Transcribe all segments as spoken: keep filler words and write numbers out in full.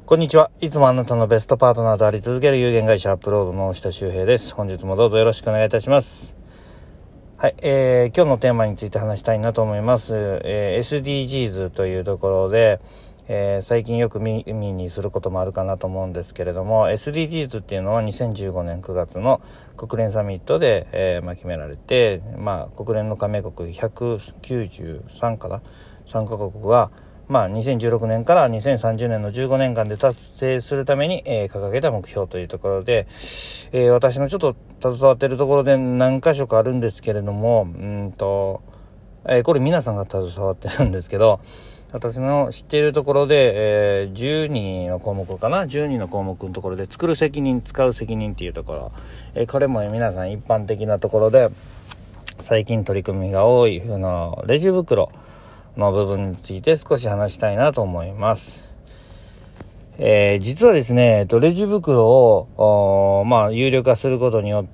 こんにちは。いつもあなたのベストパートナーとあり続ける有限会社アップロードの下周平です。本日もどうぞよろしくお願いいたします。はい、えー、今日のテーマについて話したいなと思います。えー、エスディージーズ というところで、えー、最近よく耳にすることもあるかなと思うんですけれども、 エスディージーズ っていうのはにせんじゅうごねんくがつの国連サミットで、えーまあ、決められて、まあ、国連の加盟国ひゃくきゅうじゅうさんかなさんカ国がまあ、にせんじゅうろくねんからにせんさんじゅうねんのじゅうごねんかんで達成するために、えー、掲げた目標というところで、えー、私のちょっと携わっているところで何箇所かあるんですけれども、うんと、えー、これ皆さんが携わってるんですけど、私の知っているところで、えー、じゅうにの項目かなじゅうにの項目のところで作る責任、使う責任っていうところ、えー、これも皆さん一般的なところで最近取り組みが多いあのレジ袋の部分について少し話したいなと思います。えー、実はですね、レジ袋をまあ有料化することによって、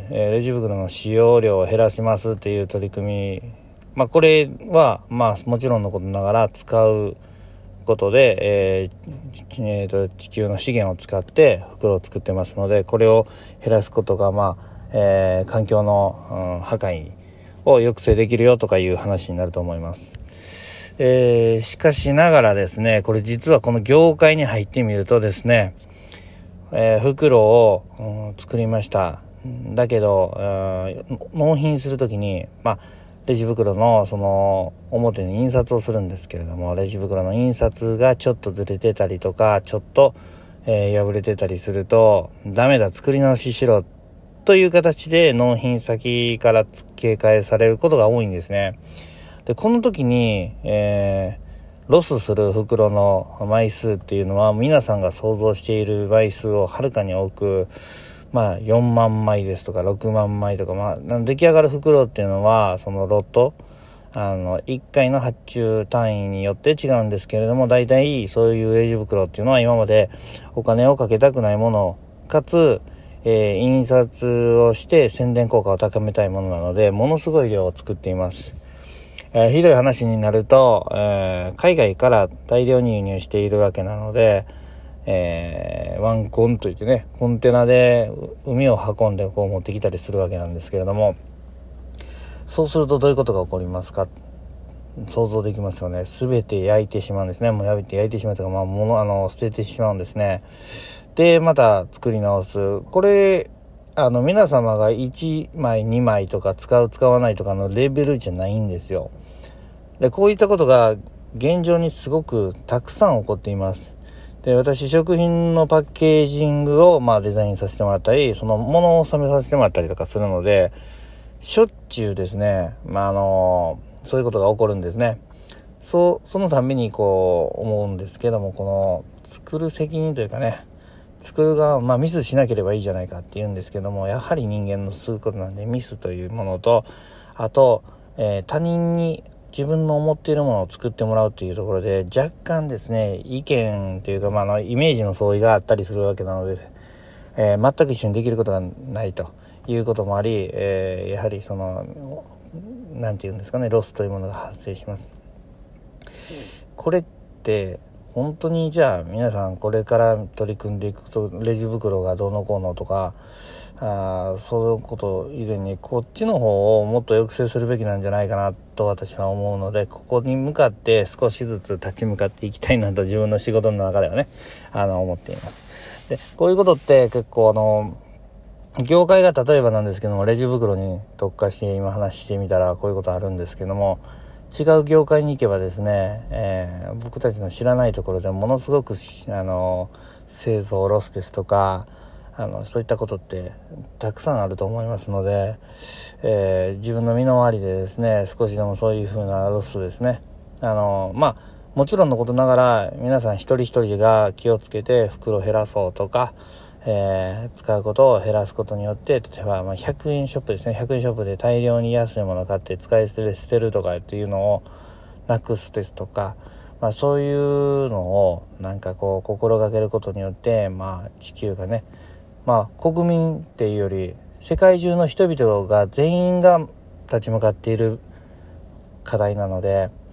えー、レジ袋の使用量を減らしますっていう取り組み、まあこれはまあもちろんのことながら使うことで、えーえー、と地球の資源を使って袋を作ってますので、これを減らすことがまあ、えー、環境の、うん、破壊を抑制できるよとかいう話になると思います。えー、しかしながらですね、これ実はこの業界に入ってみるとですね、えー、袋を、うん、作りました。だけど、納品するときに、まあ、レジ袋のその表に印刷をするんですけれども、レジ袋の印刷がちょっとずれてたりとか、ちょっと、えー、破れてたりすると、ダメだ、作り直ししろという形で納品先から警戒されることが多いんですね。でこの時に、えー、ロスする袋の枚数っていうのは皆さんが想像している枚数をはるかに多く、まあ、よんまんまいですとかろくまんまいとか、まあ、出来上がる袋っていうのはそのロットあのいっかいの発注単位によって違うんですけれども、大体そういうレジ袋っていうのは今までお金をかけたくないものかつ、えー、印刷をして宣伝効果を高めたいものなので、ものすごい量を作っています。えー、ひどい話になると、えー、海外から大量に輸入しているわけなので、えー、ワンコンといってね、コンテナで海を運んでこう持ってきたりするわけなんですけれども、そうするとどういうことが起こりますか、想像できますよね。すべて焼いてしまうんですね。もう焼いて焼いてしまうというか、まあ、ものあの捨ててしまうんですね。でまた作り直す。これあの皆様がいちまいにまいとか使う使わないとかのレベルじゃないんですよ。でこういったことが現状にすごくたくさん起こっています。で私食品のパッケージングをまあデザインさせてもらったり、そのものを収めさせてもらったりとかするので、しょっちゅうですね、まああのそういうことが起こるんですね。そうそのためにこう思うんですけども、この作る責任というかね、作る側、まあミスしなければいいじゃないかって言うんですけども、やはり人間のすることなんで、ミスというものと、あと、えー、他人に自分の思っているものを作ってもらうというところで、若干ですね、意見というか、まあ、あのイメージの相違があったりするわけなので、えー、全く一緒にできることがないということもあり、えー、やはりそのなんていうんですかね、ロスというものが発生します。これって本当にじゃあ皆さんこれから取り組んでいくと、レジ袋がどうのこうのとか、あそういうこと以前にこっちの方をもっと抑制するべきなんじゃないかなと私は思うので、ここに向かって少しずつ立ち向かっていきたいなと自分の仕事の中ではねあの思っています。でこういうことって結構あの業界が例えばなんですけども、レジ袋に特化して今話してみたらこういうことあるんですけども、違う業界に行けばですね、えー、僕たちの知らないところでものすごくあの製造ロスですとか、あのそういったことってたくさんあると思いますので、えー、自分の身の回りでですね、少しでもそういう風なロスですね、あのまあもちろんのことながら皆さん一人一人が気をつけて袋を減らそうとか、えー、使うことを減らすことによって、例えばまあひゃくえんショップですね、ひゃくえんショップで大量に安いものを買って使い捨てで捨てるとかっていうのをなくすですとか、まあ、そういうのをなんかこう心がけることによって、まあ地球がね、まあ国民っていうより世界中の人々が全員が立ち向かっている課題なので、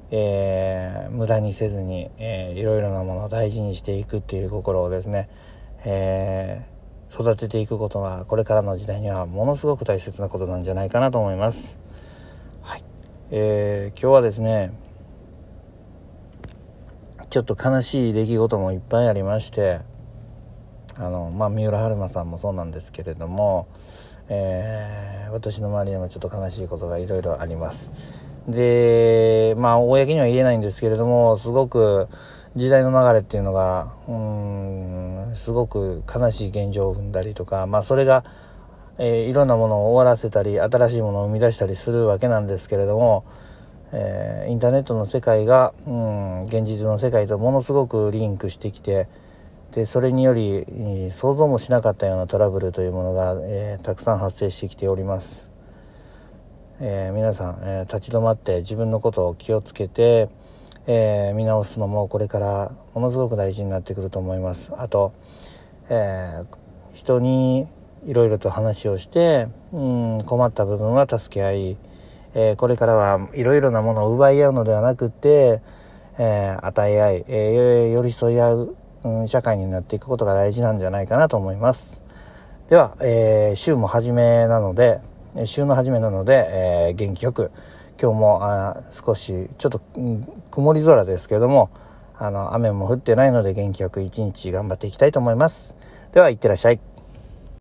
えー、無駄にせずに、えー、いろいろなものを大事にしていくっていう心をですね、えー、育てていくことがこれからの時代にはものすごく大切なことなんじゃないかなと思います。はい、えー、今日はですねちょっと悲しい出来事もいっぱいありまして、あの、まあ、三浦春馬さんもそうなんですけれども、えー、私の周りでもちょっと悲しいことがいろいろあります。で、まあ公には言えないんですけれども、すごく時代の流れっていうのがうーんすごく悲しい現状を生んだりとか、まあそれが、えー、いろんなものを終わらせたり新しいものを生み出したりするわけなんですけれども、えー、インターネットの世界がうん現実の世界とものすごくリンクしてきて、でそれにより、えー、想像もしなかったようなトラブルというものが、えー、たくさん発生してきております。えー、皆さん、えー、立ち止まって自分のことを気をつけて、えー、見直すのもこれからものすごく大事になってくると思います。あと、えー、人にいろいろと話をして、うん、困った部分は助け合い、えー、これからはいろいろなものを奪い合うのではなくて、えー、与え合い、えー、寄り添い合う、うん、社会になっていくことが大事なんじゃないかなと思います。では、えー、週も初めなので週の初めなので、えー、元気よく今日もあ少しちょっと、うん、曇り空ですけれども、あの雨も降ってないので元気よく一日頑張っていきたいと思います。では、いってらっしゃい。